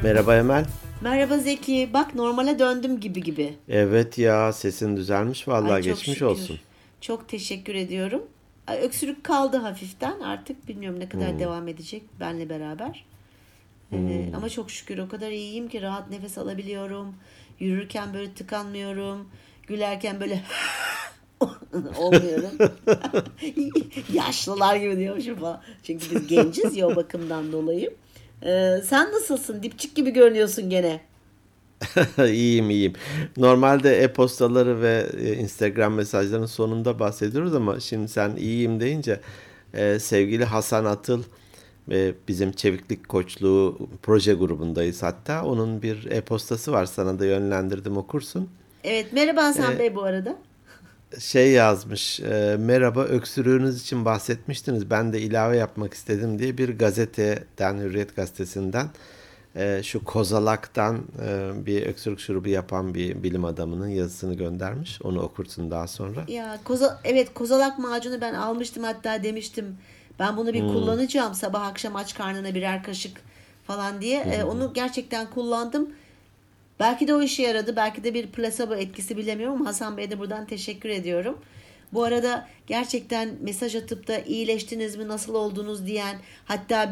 Merhaba Emel. Merhaba Zeki. Bak normale döndüm gibi. Evet ya sesin düzelmiş Ay vallahi çok geçmiş olsun. şükür. Çok teşekkür ediyorum. Ay, öksürük kaldı hafiften. Artık bilmiyorum ne kadar Hmm, devam edecek benle beraber. Ama hmm. çok şükür o kadar iyiyim ki rahat nefes alabiliyorum. Yürürken böyle tıkanmıyorum. Gülerken böyle olmuyorum. Yaşlılar gibi diyormuşum falan. Çünkü biz genciz ya o bakımdan dolayı. Sen nasılsın? Dipçik gibi görünüyorsun gene. İyiyim. Normalde e-postaları ve Instagram mesajlarının sonunda bahsediyoruz ama şimdi sen iyiyim deyince sevgili Hasan Atıl bizim Çeviklik Koçluğu proje grubundayız hatta. Onun bir e-postası var, sana da yönlendirdim, okursun. Evet, merhaba Hasan E, Bey bu arada. Şey yazmış, merhaba, öksürüğünüz için bahsetmiştiniz, ben de ilave yapmak istedim diye bir gazeteden, Hürriyet gazetesinden, şu kozalaktan bir öksürük şurubu yapan bir bilim adamının yazısını göndermiş. Onu okursun daha sonra. Ya evet, kozalak macunu ben almıştım, hatta demiştim ben bunu bir Hmm. kullanacağım sabah akşam aç karnına birer kaşık falan diye. Onu gerçekten kullandım. Belki de o işe yaradı. Belki de bir plasebo etkisi, bilemiyorum ama Hasan Bey'e de buradan teşekkür ediyorum. Bu arada gerçekten mesaj atıp da iyileştiniz mi, nasıl oldunuz diyen, hatta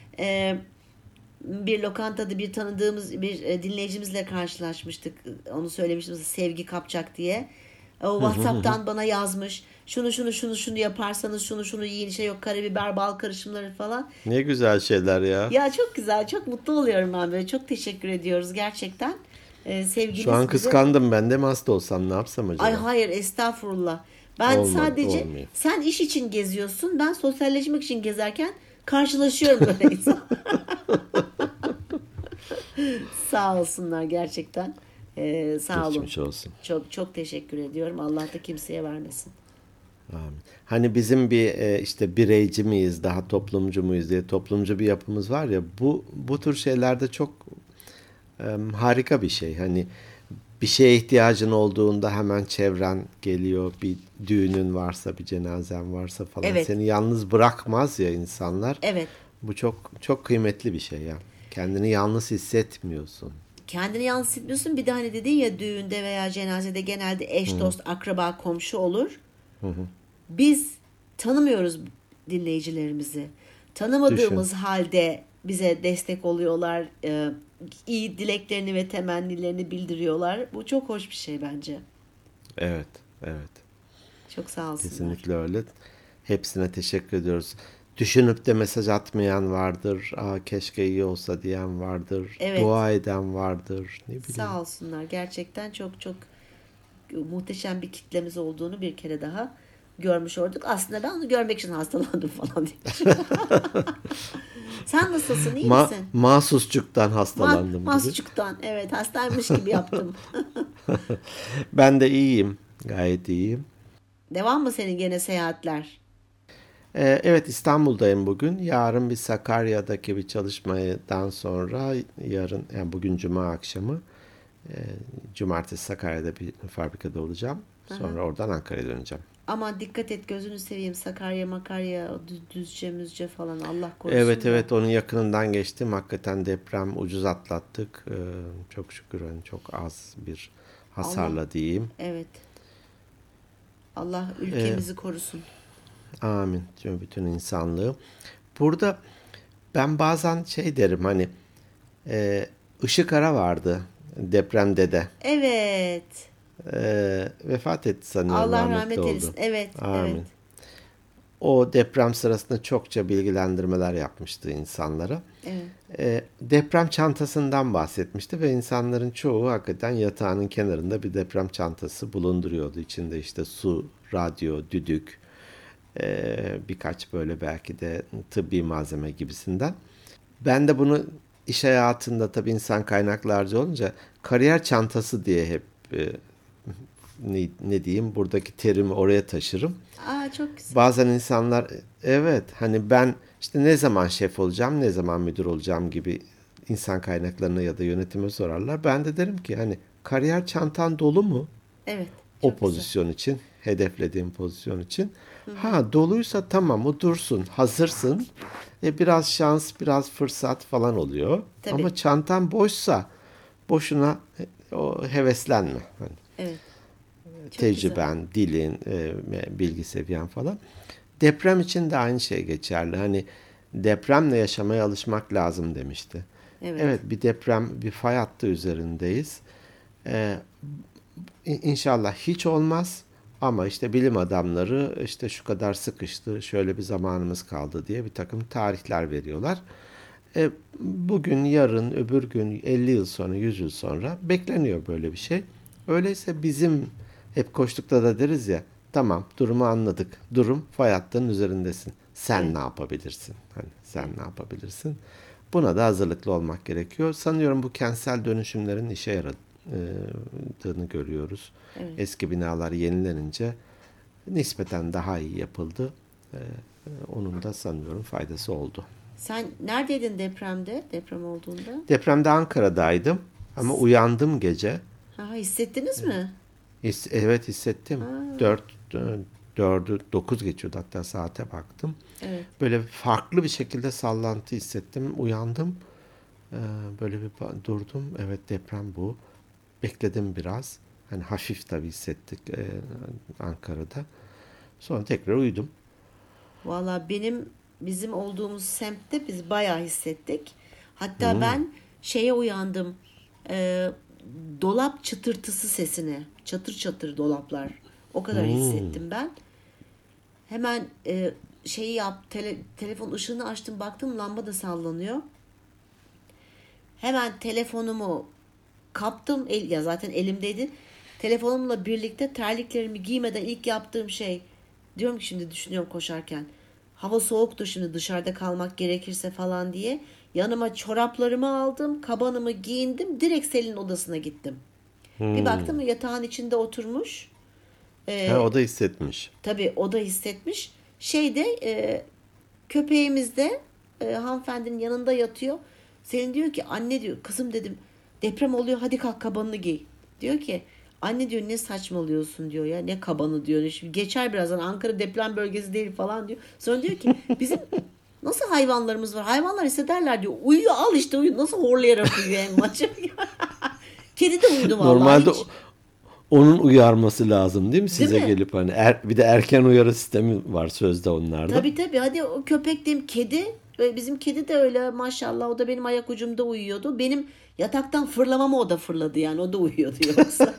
bir lokantada bir tanıdığımız bir dinleyicimizle karşılaşmıştık. Onu söylemiştim, Sevgi Kapçak diye. O WhatsApp'tan bana yazmış. Şunu yaparsanız şunu yiyin, şey yok, karabiber bal karışımları falan. Ne güzel şeyler ya. Ya çok güzel, çok mutlu oluyorum ben böyle. Çok teşekkür ediyoruz gerçekten. Şu an Sevginiz bize. kıskandım, ben de mi hasta olsam, ne yapsam Ay acaba? hayır, estağfurullah. Ben Olmadı, sadece, olmuyor. sen iş için geziyorsun. Ben sosyalleşmek için gezerken karşılaşıyorum böyle insan. Sağ olsunlar gerçekten. Sağ olun. Geçmiş olsun. Çok çok teşekkür ediyorum. Allah da kimseye vermesin. Amin. Hani bizim bir işte bireyci miyiz, daha toplumcu muyuz diye toplumcu bir yapımız var ya, bu tür şeylerde çok harika bir şey. Hani bir şeye ihtiyacın olduğunda hemen çevren geliyor. Bir düğünün varsa, bir cenazen varsa falan, Evet, seni yalnız bırakmaz ya insanlar. evet. Bu çok çok kıymetli bir şey ya. Kendini yalnız hissetmiyorsun. Kendini yalnız hissetmiyorsun. Bir de hani dedin ya, düğünde veya cenazede genelde eş, dost, akraba, komşu olur. Biz tanımıyoruz dinleyicilerimizi. Düşün. Tanımadığımız halde bize destek oluyorlar. İyi dileklerini ve temennilerini bildiriyorlar. Bu çok hoş bir şey bence. Evet, evet. Çok sağ olsunlar. Kesinlikle öyle. Hepsine teşekkür ediyoruz. Düşünüp de mesaj atmayan vardır. Aa, keşke iyi olsa diyen vardır. Evet, Dua eden vardır. Ne bileyim. sağ olsunlar. Gerçekten çok çok muhteşem bir kitlemiz olduğunu bir kere daha görmüş olduk. Aslında ben onu görmek için hastalandım falan diye. Sen nasılsın? İyi misin? Mahsusçuktan hastalandım gibi. Masçuktan. Evet, hastaymış gibi yaptım. Ben de iyiyim. Gayet iyiyim. Devam mı senin gene seyahatler? Evet, İstanbul'dayım bugün. Yarın bir Sakarya'daki bir çalışmadan sonra, yarın, yani bugün Cuma akşamı, e, Cumartesi Sakarya'da bir fabrikada olacağım. Aha. Sonra oradan Ankara'ya döneceğim. Ama dikkat et, gözünü seveyim, Sakarya Makarya, Düzce Müzce falan, Allah Evet, korusun da. evet, onun yakınından geçtim. Hakikaten deprem ucuz atlattık. Çok şükür, hani çok az bir Allah, hasarla diyeyim. evet, Allah Ee, ülkemizi korusun. Amin. Tüm bütün insanlığı. Burada ben bazen şey derim, hani Işık Ara vardı depremde de. Evet, Vefat etti sanıyorum, Allah rahmetli rahmet eylesin. oldu. Evet, evet. Amin. O deprem sırasında çokça bilgilendirmeler yapmıştı insanlara. Evet. Deprem çantasından bahsetmişti ve insanların çoğu hakikaten yatağının kenarında bir deprem çantası bulunduruyordu. İçinde işte su, radyo, düdük, birkaç böyle belki de tıbbi malzeme gibisinden. Ben de bunu iş hayatında, tabii insan kaynaklarca olunca, kariyer çantası diye hep ne diyeyim, buradaki terimi oraya taşırım. Aa, çok güzel. Bazen insanlar, evet, hani ben işte ne zaman şef olacağım, ne zaman müdür olacağım gibi insan kaynaklarına ya da yönetime sorarlar. Ben de derim ki, hani kariyer çantan dolu mu Evet, o çok güzel. pozisyon için, hedeflediğim pozisyon için? Ha, doluysa tamam, o dursun, hazırsın. Biraz şans, biraz fırsat falan oluyor. Tabii. Ama çantan boşsa boşuna o heveslenme. Hani Evet. Çok güzel. tecrüben, dilin, bilgi seviyen falan. Deprem için de aynı şey geçerli. Hani depremle yaşamaya alışmak lazım demişti. Evet. Evet, bir deprem, bir fay hattı üzerindeyiz. İnşallah hiç olmaz. Ama işte bilim adamları işte şu kadar sıkıştı, şöyle bir zamanımız kaldı diye bir takım tarihler veriyorlar. Bugün, yarın, öbür gün, 50 yıl sonra, 100 yıl sonra bekleniyor böyle bir şey. Öyleyse bizim hep koştukta da deriz ya, tamam durumu anladık. Durum fay hattının üzerindesin. Sen Evet. ne yapabilirsin? Hani sen ne yapabilirsin? Buna da hazırlıklı olmak gerekiyor. Sanıyorum bu kentsel dönüşümlerin işe yaradığını görüyoruz. Evet. Eski binalar yenilenince nispeten daha iyi yapıldı. Onun da sanıyorum faydası oldu. Sen neredeydin depremde? Deprem olduğunda? Depremde Ankara'daydım ama uyandım gece. Ha, hissettiniz mi? Evet, hissettim. Ha, 4'ü 9 geçiyordu, hatta saate baktım. evet. Böyle farklı bir şekilde sallantı hissettim. Uyandım. Böyle bir durdum. Evet, deprem bu. Bekledim biraz. Hani hafif tabii hissettik Ankara'da. Sonra tekrar uyudum. Valla bizim olduğumuz semtte biz bayağı hissettik. Hatta ben şeye uyandım. Ee, Dolap çıtırtısı sesine. Çatır çatır dolaplar. O kadar hissettim ben. Hemen telefon ışığını açtım, baktım lamba da sallanıyor. Hemen telefonumu kaptım. Ya zaten elimdeydi. Telefonumla birlikte terliklerimi giymeden ilk yaptığım şey, diyorum ki şimdi düşünüyorum koşarken, hava soğuktu, şimdi dışarıda kalmak gerekirse falan diye yanıma çoraplarımı aldım, kabanımı giyindim, direkt Selin'in odasına gittim. Bir baktım yatağın içinde oturmuş. O da hissetmiş. Tabii o da hissetmiş. Köpeğimiz de hanımefendinin yanında yatıyor. Selin diyor ki, anne diyor, kızım dedim, deprem oluyor, hadi kalk kabanını giy. Diyor ki, anne diyor, ne saçmalıyorsun diyor ya, ne kabanı diyor. Şimdi geçer birazdan, Ankara deprem bölgesi değil falan diyor. Sonra diyor ki, bizim nasıl hayvanlarımız var, hayvanlar hissederler diyor. Uyuyor, al işte uyuyor, nasıl horlayarak uyuyor en maçı. Kedi de uyudu vallahi Normalde hiç. onun uyarması lazım değil mi? Değil Size mi? gelip hani bir de erken uyarı sistemi var sözde onlarda. Tabii hadi o köpek diyeyim, kedi. Ve bizim kedi de öyle maşallah, o da benim ayak ucumda uyuyordu. Benim yataktan fırlamama o da fırladı, yani o da uyuyordu yoksa.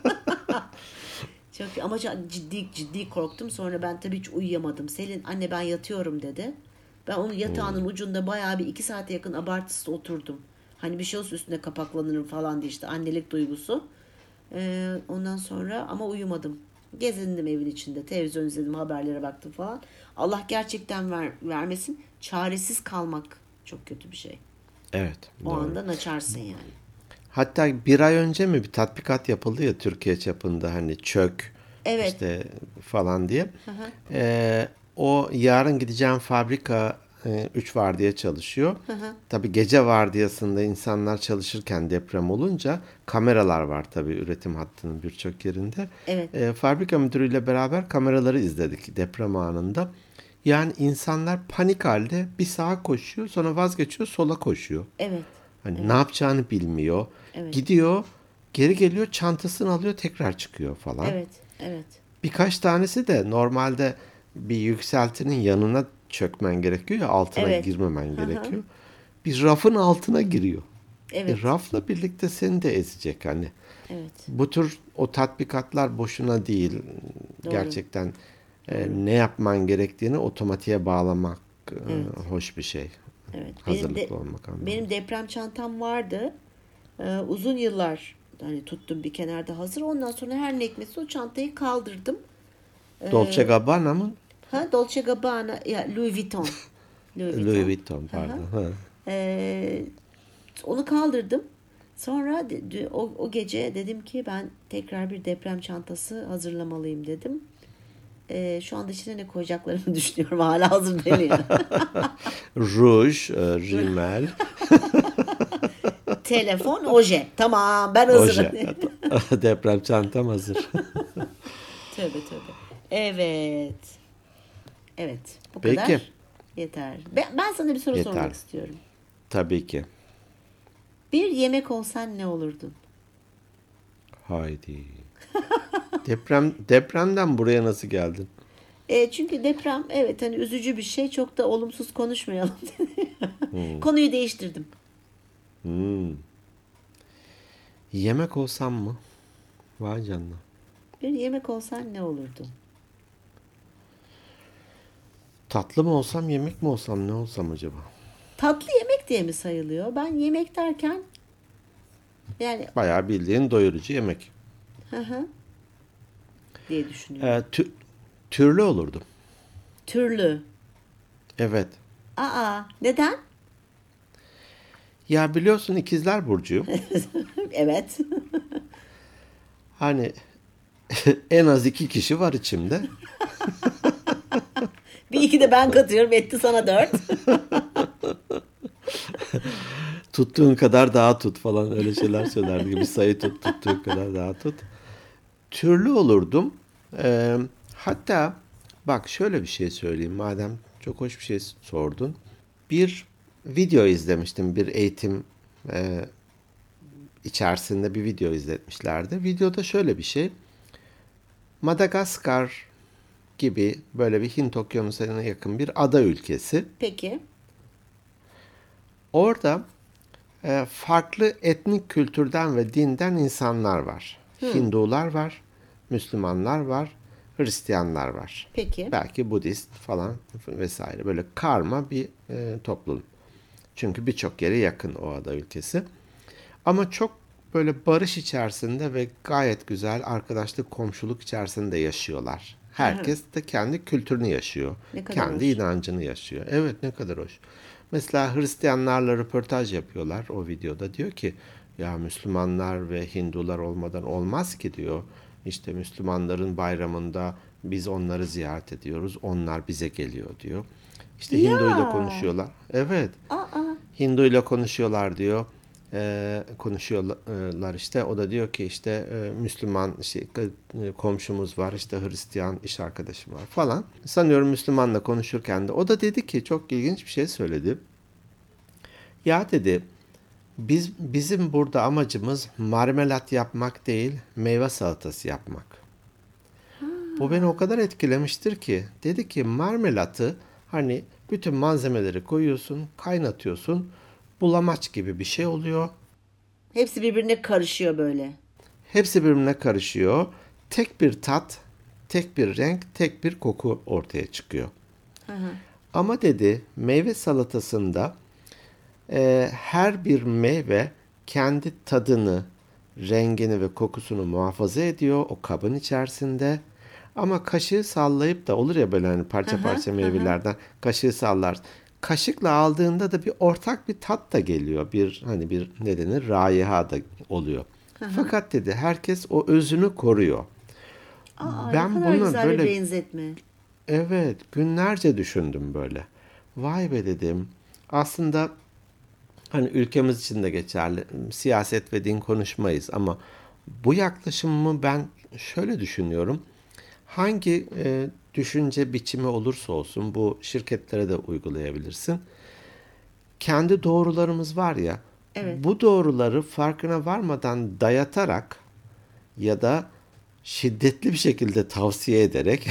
Çok ciddi korktum. Sonra ben tabii hiç uyuyamadım. Selin, anne ben yatıyorum dedi. Ben onun yatağının ucunda bayağı bir 2 saate yakın abartısız oturdum. Hani bir şey olsa üstüne kapaklanırım falan diye, işte annelik duygusu. Ondan sonra ama uyumadım. Gezindim evin içinde. Televizyon izledim, haberlere baktım falan. Allah gerçekten vermesin. Çaresiz kalmak çok kötü bir şey. Evet, O doğru. anda açarsın yani. Hatta bir ay önce mi bir tatbikat yapıldı ya Türkiye çapında, hani çök Evet. işte falan diye. O yarın gideceğim fabrika 3 vardiya çalışıyor. Tabii gece vardiyasında insanlar çalışırken deprem olunca kameralar var tabii üretim hattının birçok yerinde. Evet. Fabrika müdürüyle beraber kameraları izledik deprem anında. Yani insanlar panik halde bir sağa koşuyor, sonra vazgeçiyor, sola koşuyor. Evet. Hani ne yapacağını bilmiyor. Evet. Gidiyor, geri geliyor, çantasını alıyor, tekrar çıkıyor falan. Evet. Evet. Birkaç tanesi de normalde bir yükseltinin yanına çökmen gerekiyor ya, altına Evet. girmemen gerekiyor. Bir rafın altına giriyor. Evet. Rafla birlikte seni de ezecek hani. Evet. Bu tür o tatbikatlar boşuna değil. Doğru. Gerçekten ne yapman gerektiğini otomatiğe bağlamak Evet. hoş bir şey. Evet. Hazırlıklı olmak anlamında. Benim deprem çantam vardı. Uzun yıllar hani tuttum bir kenarda hazır. Ondan sonra her ne hikmetse o çantayı kaldırdım. Dolce Gabbana mı? Dolce Gabbana, ya Louis Vuitton. Louis Vuitton, pardon. Ha. Onu kaldırdım. Sonra o gece dedim ki ben tekrar bir deprem çantası hazırlamalıyım dedim. Şu anda içine ne koyacaklarını düşünüyorum. Hala hazır değil yani. Ruj, rimel, Telefon, oje. Tamam, ben hazırım. oje. Deprem çantam hazır. Tövbe. Evet. Evet. Bu Peki. kadar. Yeter. Ben sana bir soru Yeter. sormak istiyorum. Tabii ki. Bir yemek olsan ne olurdun? Haydi. Depremden buraya nasıl geldin? Çünkü deprem evet hani üzücü bir şey. Çok da olumsuz konuşmayalım. Konuyu değiştirdim. Yemek olsam mı? Vay canına. Bir yemek olsan ne olurdun? Tatlı mı olsam, yemek mi olsam, ne olsam acaba? Tatlı yemek diye mi sayılıyor? Ben yemek derken yani Bayağı bildiğin doyurucu yemek. diye düşünüyorum. Türlü olurdum. Türlü. Evet. Aa, neden? Ya biliyorsun ikizler burcuyum. Evet. Hani en az 2 kişi var içimde. Bir iki de ben katıyorum. Etti sana 4. Tuttuğun kadar daha tut falan öyle şeyler söylerdi gibi sayı tut, tuttuğun kadar daha tut. Türlü olurdum. Hatta bak şöyle bir şey söyleyeyim madem çok hoş bir şey sordun. Bir video izlemiştim, bir eğitim içerisinde bir video izletmişlerdi. Videoda şöyle bir şey. Madagaskar gibi böyle bir Hint okyanusuna yakın bir ada ülkesi. Peki. Orada farklı etnik kültürden ve dinden insanlar var. Hindular var, Müslümanlar var, Hristiyanlar var. Peki. Belki Budist falan vesaire. Böyle karma bir toplum. Çünkü birçok yere yakın o ada ülkesi. Ama çok böyle barış içerisinde ve gayet güzel arkadaşlık, komşuluk içerisinde yaşıyorlar. Herkes de kendi kültürünü yaşıyor. Ne kadar Kendi hoş. inancını yaşıyor. Evet, ne kadar hoş. Mesela Hristiyanlarla röportaj yapıyorlar o videoda. Diyor ki ya Müslümanlar ve Hindular olmadan olmaz ki diyor. İşte Müslümanların bayramında biz onları ziyaret ediyoruz. Onlar bize geliyor diyor. İşte Hindu'yla konuşuyorlar. Evet. Hindu ile konuşuyorlar diyor. Konuşuyorlar işte. O da diyor ki işte Müslüman komşumuz var, işte Hristiyan iş arkadaşım var falan. Sanıyorum Müslümanla konuşurken de o da dedi ki çok ilginç bir şey söyledi. Ya dedi bizim burada amacımız marmelat yapmak değil, meyve salatası yapmak. Bu beni o kadar etkilemiştir ki dedi ki marmelatı hani bütün malzemeleri koyuyorsun, kaynatıyorsun. Bulamaç gibi bir şey oluyor. Hepsi birbirine karışıyor böyle. Hepsi birbirine karışıyor. Tek bir tat, tek bir renk, tek bir koku ortaya çıkıyor. Ama dedi meyve salatasında her bir meyve kendi tadını, rengini ve kokusunu muhafaza ediyor o kabın içerisinde. Ama kaşığı sallayıp da olur ya böyle hani parça parça meyvelerden kaşığı sallar. Kaşıkla aldığında da bir ortak bir tat da geliyor. Bir hani bir ne denir? Raiha da oluyor. Fakat dedi herkes o özünü koruyor. Aa, Ben ne kadar bunu güzel böyle bir benzetme. evet günlerce düşündüm böyle. Vay be dedim. Aslında hani ülkemiz için de geçerli. Siyaset ve din konuşmayız ama bu yaklaşımımı ben şöyle düşünüyorum. Hangi düşünce biçimi olursa olsun bu şirketlere de uygulayabilirsin. Kendi doğrularımız var ya, Evet. bu doğruları farkına varmadan dayatarak ya da şiddetli bir şekilde tavsiye ederek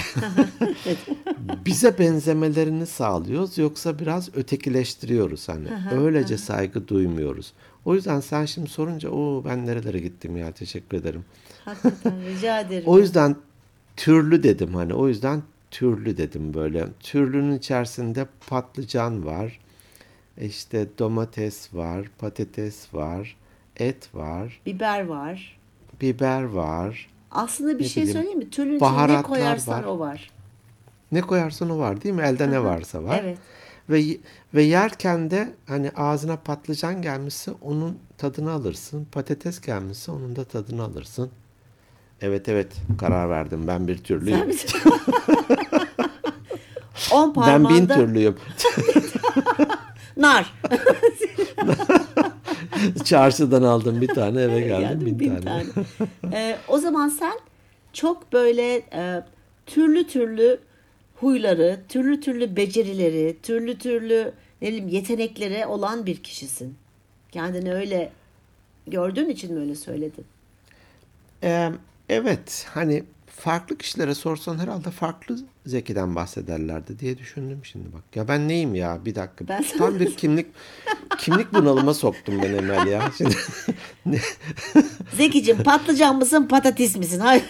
bize benzemelerini sağlıyoruz yoksa biraz ötekileştiriyoruz hani. Öylece saygı duymuyoruz. O yüzden sen şimdi sorunca o ben nerelere gittim ya teşekkür ederim. Hakikaten rica ederim. O yüzden türlü dedim hani o yüzden türlü dedim böyle. Türlünün içerisinde patlıcan var. İşte domates var, patates var, et var, Biber var. biber var. Aslında bir Ne şey bileyim, söyleyeyim mi? Türlü içine ne baharatlar koyarsan var. o var. Ne koyarsan o var değil mi? Elde ne varsa var. Evet. Ve yerken de hani ağzına patlıcan gelmişse onun tadını alırsın. Patates gelmişse onun da tadını alırsın. Evet evet karar verdim. Ben bir türlüyüm. Sen bize 10 Ben 1000 parmağında türlüyüm. nar. Çarşıdan aldım bir tane eve geldim Geldim 1000 bin tane. O zaman sen çok böyle türlü türlü huyları, türlü türlü becerileri, türlü türlü ne bileyim yetenekleri olan bir kişisin. Kendini öyle gördüğün için mi öyle söyledin? Ee, evet, hani farklı kişilere sorsan herhalde farklı Zeki'den bahsederlerdi diye düşündüm şimdi bak. Ya ben neyim ya? Bir dakika. Ben sana Tam bir kimlik bunalıma soktum ben Emel ya. Şimdi Zekicim patlıcan mısın patates misin? Hayır.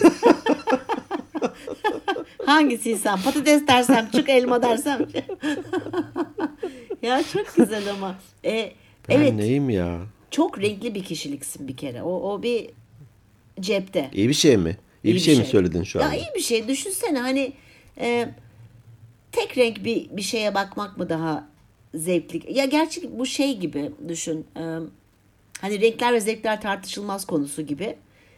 Hangisiysen patates dersem çık elma dersem. Ya çok güzel ama. ben Evet, neyim ya? çok renkli bir kişiliksin bir kere. O bir cepte. İyi bir şey mi? İyi bir İyi bir şey mi şey. söyledin şu Ya anda? iyi bir şey. Düşünsene hani e, tek renk bir şeye bakmak mı daha zevkli? Ya gerçi bu şey gibi düşün. Hani renkler ve zevkler tartışılmaz konusu gibi.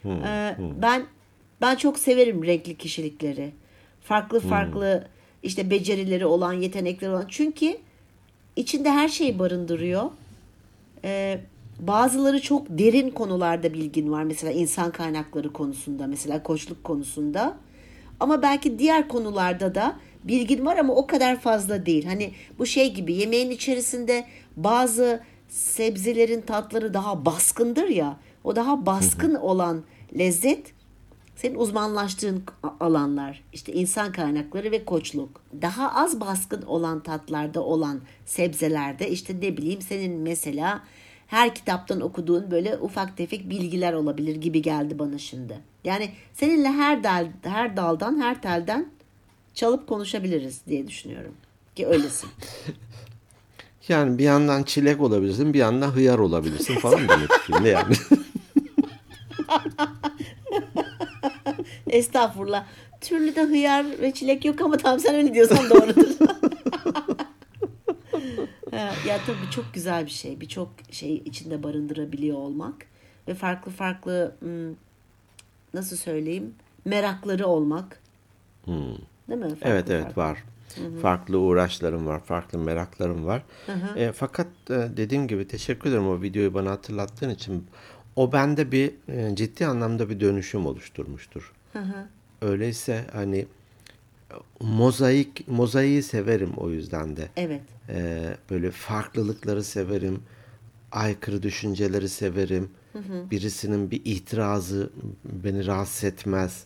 Ben çok severim renkli kişilikleri. Farklı farklı işte becerileri olan, yetenekleri olan. Çünkü içinde her şeyi barındırıyor. Bazıları çok derin konularda bilgin var. Mesela insan kaynakları konusunda, mesela koçluk konusunda. Ama belki diğer konularda da bilgin var ama o kadar fazla değil. Hani bu şey gibi yemeğin içerisinde bazı sebzelerin tatları daha baskındır ya. O daha baskın olan lezzet senin uzmanlaştığın alanlar, işte insan kaynakları ve koçluk. Daha az baskın olan tatlarda olan sebzelerde işte ne bileyim senin mesela her kitaptan okuduğun böyle ufak tefek bilgiler olabilir gibi geldi bana şimdi. Yani seninle her daldan, her telden çalıp konuşabiliriz diye düşünüyorum. Ki öylesin. Yani bir yandan çilek olabilirsin, bir yandan hıyar olabilirsin falan demek istiyorum. Ne yani? Estağfurullah. Türlü de hıyar ve çilek yok ama tamam sen öyle diyorsan doğrudur. Ya tabii çok güzel bir şey. Birçok şey içinde barındırabiliyor olmak ve farklı farklı nasıl söyleyeyim merakları olmak, değil mi? Evet, Farklı evet, farklı. var. Farklı uğraşlarım var, farklı meraklarım var. Fakat dediğim gibi teşekkür ederim o videoyu bana hatırlattığın için. O bende bir ciddi anlamda bir dönüşüm oluşturmuştur. Öyleyse hani mozaiği severim o yüzden de. Evet, Böyle farklılıkları severim. Aykırı düşünceleri severim. Birisinin bir itirazı beni rahatsız etmez.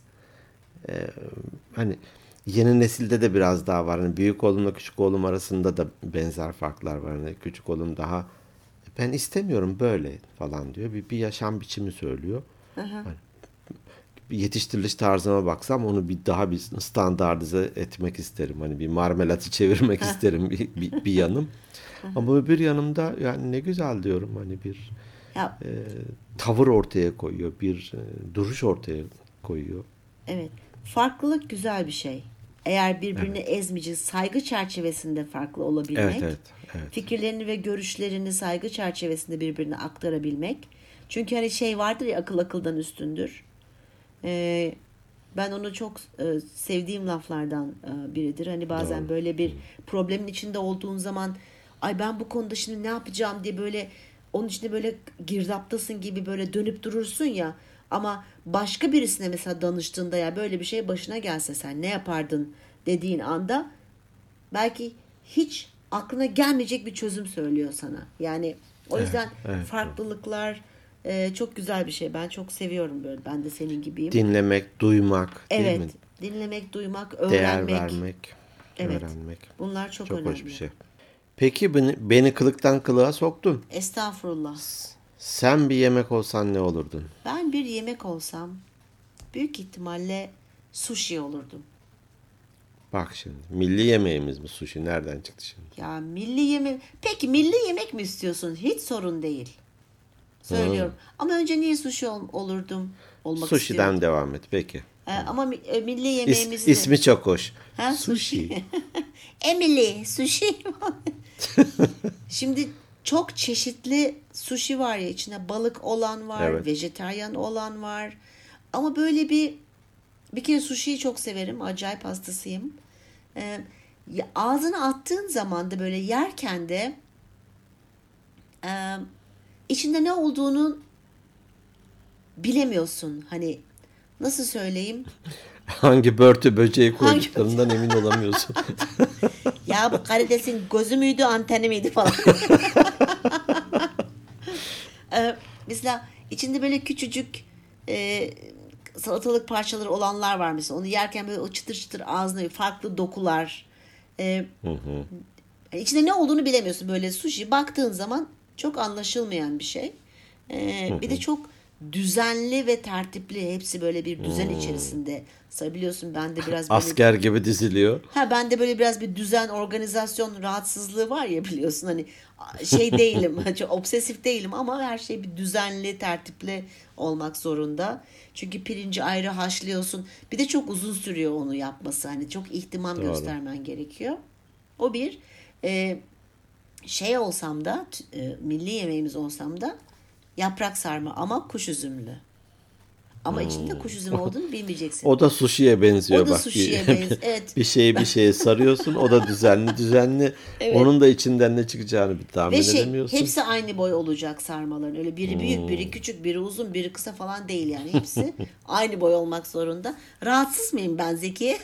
Hani yeni nesilde de biraz daha var. Hani büyük oğlumla küçük oğlum arasında da benzer farklar var. Hani küçük oğlum daha ben istemiyorum böyle falan diyor. Bir yaşam biçimi söylüyor. Hani bir yetiştiriliş tarzıma baksam onu bir standartize etmek isterim. Hani bir marmelatı çevirmek isterim bir yanım. Ama öbür yanımda yani ne güzel diyorum hani bir ya tavır ortaya koyuyor, bir duruş ortaya koyuyor. evet. Farklılık güzel bir şey. Eğer birbirini Evet. ezmeyecek, saygı çerçevesinde farklı Evet, olabilmek, evet, evet. fikirlerini ve görüşlerini saygı çerçevesinde birbirine aktarabilmek. Çünkü hani şey vardır ya akıl akıldan üstündür. Ee, Ben onu çok sevdiğim laflardan biridir. Hani bazen Doğru. böyle bir problemin içinde olduğun zaman ay ben bu konuda şimdi ne yapacağım diye böyle onun içinde böyle girdaptasın gibi böyle dönüp durursun ya. Ama başka birisine mesela danıştığında ya böyle bir şey başına gelse sen ne yapardın dediğin anda belki hiç aklına gelmeyecek bir çözüm söylüyor sana. Yani o Evet, yüzden evet, doğru. farklılıklar çok güzel bir şey. Ben çok seviyorum böyle. Ben de senin gibiyim. Dinlemek, duymak, değil Evet, mi? dinlemek, duymak, Değer öğrenmek. vermek, Evet, öğrenmek. bunlar çok Çok hoş bir önemli. şey. Peki beni kılıktan kılığa soktun. Estağfurullah. Sen bir yemek olsan ne olurdun? Ben bir yemek olsam büyük ihtimalle sushi olurdum. Bak şimdi. Milli yemeğimiz mi sushi? Nereden çıktı şimdi? Ya milli yemek... Peki milli yemek mi istiyorsun? Hiç sorun değil. Söylüyorum. Ama önce niye sushi olurdum? Olmak Sushi'den istiyordum. devam et. Peki. Ama milli yemeğimizi de... İsmi çok hoş. Ha Sushi. sushi. Emily sushi. Şimdi çok çeşitli sushi var ya içinde balık olan var, Evet. vejetaryen olan var. Ama böyle bir kere sushi'yi çok severim. Acayip hastasıyım. Ağzına attığın zaman da böyle yerken de e, içinde ne olduğunu bilemiyorsun. Hani nasıl söyleyeyim? Hangi börtü böceği Hangi koyduklarından emin olamıyorsun. Ya bu karidesin gözü müydü, anteni miydi falan. Mesela içinde böyle küçücük salatalık parçaları olanlar var mesela. Onu yerken böyle o çıtır çıtır ağzına farklı dokular. İçinde ne olduğunu bilemiyorsun. Böyle sushi baktığın zaman çok anlaşılmayan bir şey. Bir de çok düzenli ve tertipli. Hepsi böyle bir düzen içerisinde. Biliyorsun ben de biraz böyle Asker gibi diziliyor. ben de böyle biraz bir düzen, organizasyon rahatsızlığı var ya biliyorsun hani şey değilim, çok obsesif değilim ama her şey bir düzenli, tertipli olmak zorunda. Çünkü pirinci ayrı haşlıyorsun. Bir de çok uzun sürüyor onu yapması. Hani çok ihtimam Doğru. göstermen gerekiyor. O bir. Şey olsam da, milli yemeğimiz olsam da yaprak sarma ama kuş üzümlü. Ama içinde kuş üzümü olduğunu bilmeyeceksin. O da sushi'ye benziyor O da bak. sushi'ye benziyor. Evet. Bir şeye sarıyorsun. O da düzenli. Evet. Onun da içinden ne çıkacağını bir tahmin Ve edemiyorsun. hepsi aynı boy olacak sarmaların. Öyle biri büyük, biri küçük, biri uzun, biri kısa falan değil yani. Hepsi aynı boy olmak zorunda. Rahatsız mıyım ben Zekiye?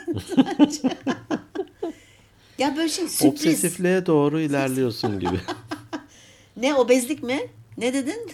Ya böyle şey sürpriz. Obsesifliğe doğru ilerliyorsun gibi. Ne obezlik mi? Ne dedin?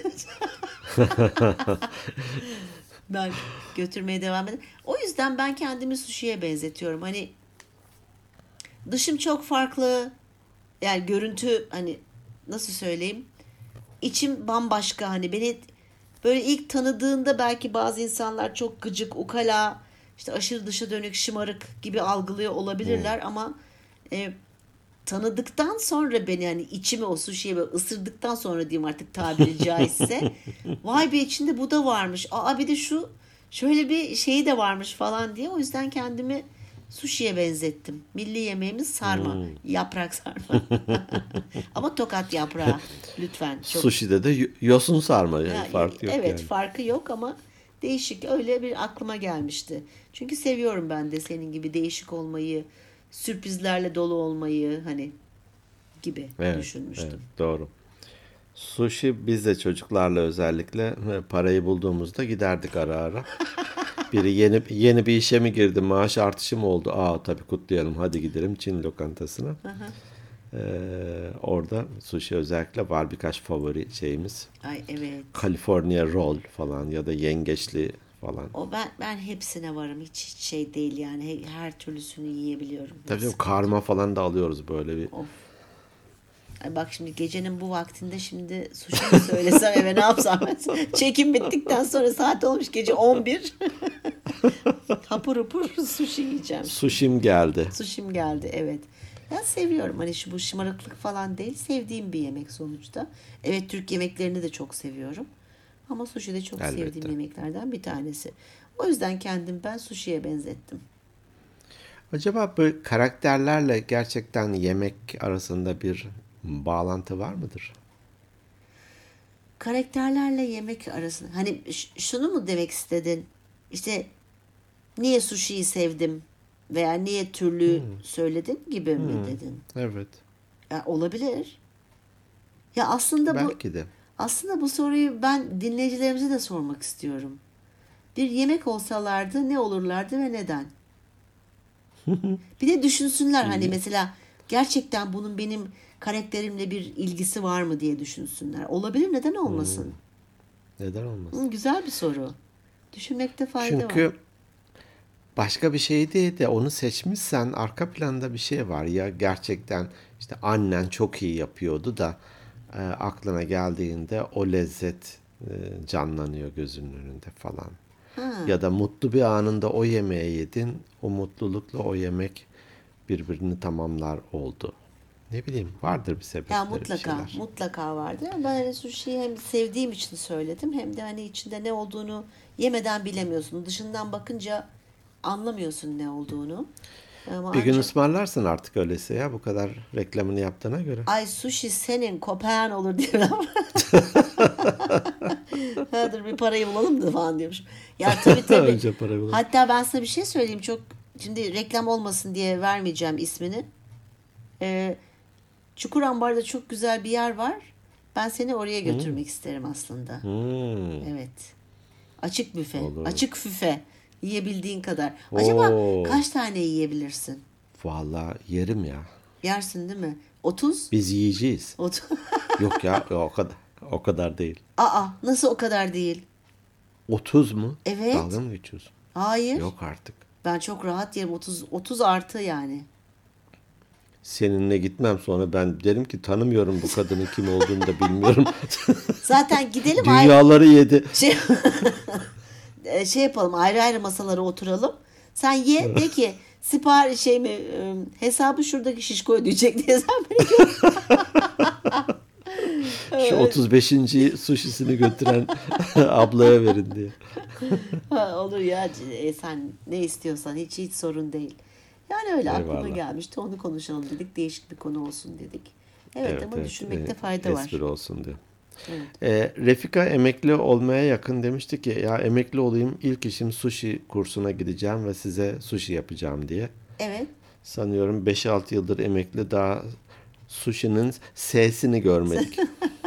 Ben götürmeye devam edeyim. O yüzden ben kendimi sushi'ye benzetiyorum. Hani dışım çok farklı. Yani görüntü hani nasıl söyleyeyim? İçim bambaşka. Hani beni böyle ilk tanıdığında belki bazı insanlar çok gıcık, ukala, işte aşırı dışa dönük, şımarık gibi algılıyor olabilirler ama tanıdıktan sonra beni hani içimi o sushi'ye böyle ısırdıktan sonra diyeyim artık tabiri caizse vay be içinde bu da varmış. Aa bir de şu şöyle bir şeyi de varmış falan diye o yüzden kendimi sushi'ye benzettim. Milli yemeğimiz sarma. Yaprak sarma. Ama tokat yaprağı. Lütfen. Çok... Sushi'de de yosun sarma yani farkı yok evet, yani. farkı yok ama değişik. Öyle bir aklıma gelmişti. Çünkü seviyorum ben de senin gibi değişik olmayı, sürprizlerle dolu olmayı hani gibi düşünmüştüm. Evet, doğru. Sushi biz de çocuklarla özellikle parayı bulduğumuzda giderdik ara ara. Biri yeni bir işe mi girdi, maaş artışı mı oldu? Tabii kutlayalım, hadi gidelim Çin lokantasına. Orada sushi özellikle var birkaç favori şeyimiz. Ay evet. California roll falan ya da yengeçli falan. O ben hepsine varım. Hiç şey değil yani. Her türlüsünü yiyebiliyorum. Tabii karma falan da alıyoruz böyle bir. Of. Ay bak şimdi gecenin bu vaktinde şimdi sushi mi söylesem eve ne yapsam ben? Çekim bittikten sonra saat olmuş gece 11. Hapur hapur sushi yiyeceğim. Sushi'm geldi. Sushi'm geldi evet. Ben seviyorum hani bu şımarıklık falan değil. Sevdiğim bir yemek sonuçta. Evet Türk yemeklerini de çok seviyorum. Ama sushi de çok Elbette. sevdiğim yemeklerden bir tanesi. O yüzden kendim ben sushi'ye benzettim. Acaba bu karakterlerle gerçekten yemek arasında bir bağlantı var mıdır? Karakterlerle yemek arasında hani şunu mu demek istedin? İşte niye sushi'yi sevdim veya niye türlü söyledin gibi mi dedin? Evet. Ya, olabilir. Ya Belki de. aslında bu soruyu ben dinleyicilerimize de sormak istiyorum. Bir yemek olsalardı ne olurlardı ve neden? Bir de düşünsünler hani mesela gerçekten bunun benim karakterimle bir ilgisi var mı diye düşünsünler. Olabilir neden olmasın? Neden olmasın? Güzel bir soru. Düşünmekte fayda var. Çünkü başka bir şey değil de onu seçmişsen arka planda bir şey var. Ya gerçekten işte annen çok iyi yapıyordu da aklına geldiğinde o lezzet canlanıyor gözünün önünde falan. Ya da mutlu bir anında o yemeği yedin. O mutlulukla o yemek birbirini tamamlar oldu. Ne bileyim vardır bir sebepleri Ya bir şeyler. mutlaka vardı. Ben hani sushi'yi hem sevdiğim için söyledim hem de hani içinde ne olduğunu yemeden bilemiyorsun. Dışından bakınca anlamıyorsun ne olduğunu. Ama Bir gün ancak ısmarlarsın artık öyleyse ya bu kadar reklamını yaptığına göre. ay sushi senin köpeğin olur diye ben Hadi bir parayı bulalım da falan diyormuşum. Ya tabii. Önce para bulalım. Hatta ben sana bir şey söyleyeyim. Çok şimdi reklam olmasın diye vermeyeceğim ismini. Çukurambar'da çok güzel bir yer var. Ben seni oraya götürmek isterim aslında. Evet. Açık büfe. Olur. Açık füfe. Yiyebildiğin kadar. Acaba Oo. kaç tane yiyebilirsin? Vallahi yerim ya. Yersin değil mi? 30? Biz yiyeceğiz. 30. Yok ya o kadar değil. Aa, nasıl o kadar değil? 30 mu? Evet. Dalga mı geçiyorsun? Hayır. Yok artık. Ben çok rahat yerim. 30 artı yani. Seninle gitmem, sonra ben derim ki tanımıyorum bu kadının kim olduğunu da bilmiyorum. Zaten gidelim Dünyaları yedi. şey yapalım, ayrı ayrı masalara oturalım. Sen ye, de ki sipariş hesabı şuradaki şişko ödeyecek diye sen beni Şu 35. sushisini götüren ablaya verin diye. olur ya, sen ne istiyorsan hiç sorun değil. Yani öyle aklıma Eyvallah. gelmişti, onu konuşalım dedik, değişik bir konu olsun dedik. Evet, ama düşünmekte fayda var. Espri olsun diye. Evet. Refika emekli olmaya yakın demişti ki ya emekli olayım, ilk işim sushi kursuna gideceğim ve size sushi yapacağım diye. Evet. Sanıyorum 5-6 yıldır emekli, daha sushi'nin S'sini görmedik.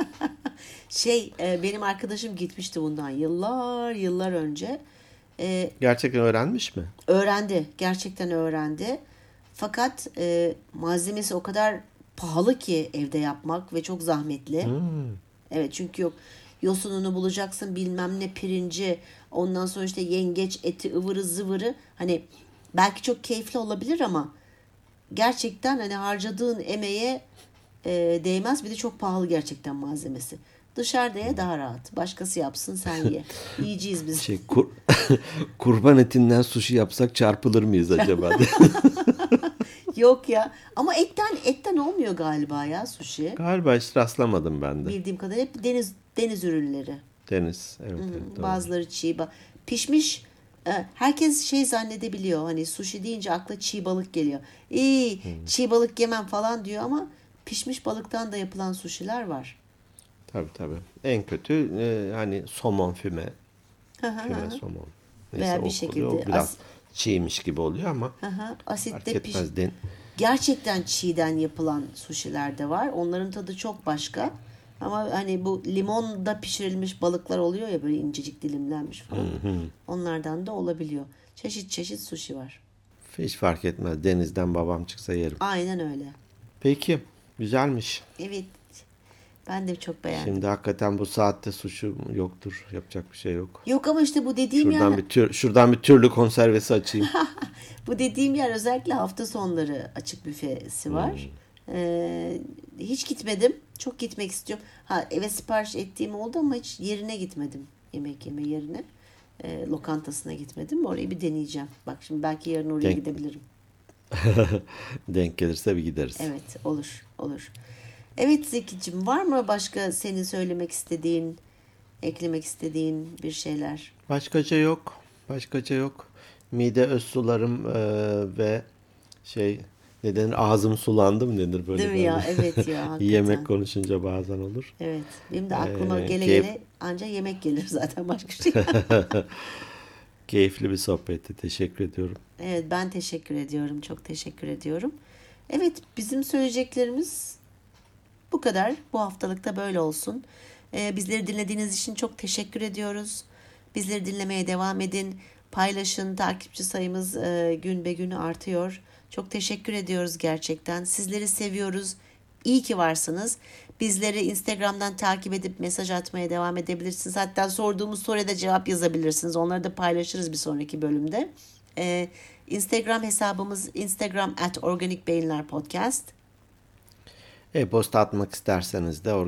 Benim arkadaşım gitmişti bundan yıllar önce. Gerçekten öğrenmiş mi? Öğrendi. Gerçekten öğrendi. Fakat malzemesi o kadar pahalı ki evde yapmak ve çok zahmetli. Evet, çünkü yok yosununu bulacaksın, bilmem ne pirinci, ondan sonra işte yengeç eti, ıvırı zıvırı. Hani belki çok keyifli olabilir ama gerçekten hani harcadığın emeğe değmez. Bir de çok pahalı gerçekten malzemesi. Dışarıda ye, daha rahat. Başkası yapsın, sen ye. Yiyeceğiz biz. Kurban etinden sushi yapsak çarpılır mıyız acaba? Yok ya. Ama etten olmuyor galiba ya sushi. Galiba hiç rastlamadım ben de. Bildiğim kadarıyla hep deniz ürünleri. Deniz. Evet, doğru. Bazıları çiğ pişmiş. Herkes zannedebiliyor. Hani sushi deyince akla çiğ balık geliyor. Çiğ balık yemem falan diyor ama pişmiş balıktan da yapılan sushi'ler var. Tabii. En kötü hani somon füme. Füme somon. Neyse, Veya bir o şekilde oluyor. Biraz çiğmiş gibi oluyor ama fark asitte etmez. Gerçekten çiğden yapılan sushi'ler de var. Onların tadı çok başka. Ama hani bu limonda pişirilmiş balıklar oluyor ya, böyle incecik dilimlenmiş falan. Onlardan da olabiliyor. Çeşit sushi var. Hiç fark etmez. Denizden babam çıksa yerim. Aynen öyle. Peki. Güzelmiş. Evet. Ben de çok beğendim. Şimdi hakikaten bu saatte sushi yoktur. Yapacak bir şey yok. Yok ama işte bu dediğim Şuradan bir türlü konservesi açayım. bu dediğim yer özellikle hafta sonları açık büfesi var. Hiç gitmedim. Çok gitmek istiyorum. Eve sipariş ettiğim oldu ama hiç yerine gitmedim. Yemek yeme yerine. Lokantasına gitmedim. Orayı bir deneyeceğim. Bak şimdi belki yarın oraya gidebilirim. Denk gelirse bir gideriz. Evet, olur. Evet Zekicim, var mı başka senin söylemek istediğin, eklemek istediğin bir şeyler? Başkaca yok. Mide öz sularım ve ne denir, ağzım sulandı mı denir böyle. Değil mi ya? Evet ya, hakikaten. Yemek konuşunca bazen olur. Evet. Benim de aklıma gele ancak yemek gelir zaten, başka şey. Keyifli bir sohbetti. Teşekkür ediyorum. Evet, ben teşekkür ediyorum. Çok teşekkür ediyorum. Evet, bizim söyleyeceklerimiz bu kadar. Bu haftalıkta böyle olsun. Bizleri dinlediğiniz için çok teşekkür ediyoruz. Bizleri dinlemeye devam edin. Paylaşın. Takipçi sayımız gün be gün artıyor. Çok teşekkür ediyoruz gerçekten. Sizleri seviyoruz. İyi ki varsınız. Bizleri Instagram'dan takip edip mesaj atmaya devam edebilirsiniz. Hatta sorduğumuz soruya da cevap yazabilirsiniz. Onları da paylaşırız bir sonraki bölümde. Instagram hesabımız Instagram @organikbeyinlerpodcast. E-posta atmak isterseniz de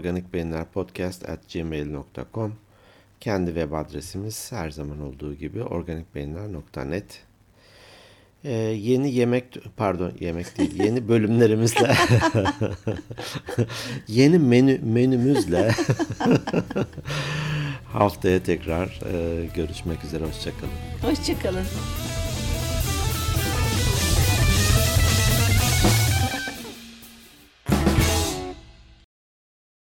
organikbeyinlerpodcast@gmail.com. Kendi web adresimiz her zaman olduğu gibi organikbeyinler.net. Yeni yeni bölümlerimizle yeni menümüzle haftaya tekrar görüşmek üzere. Hoşçakalın. Hoşçakalın.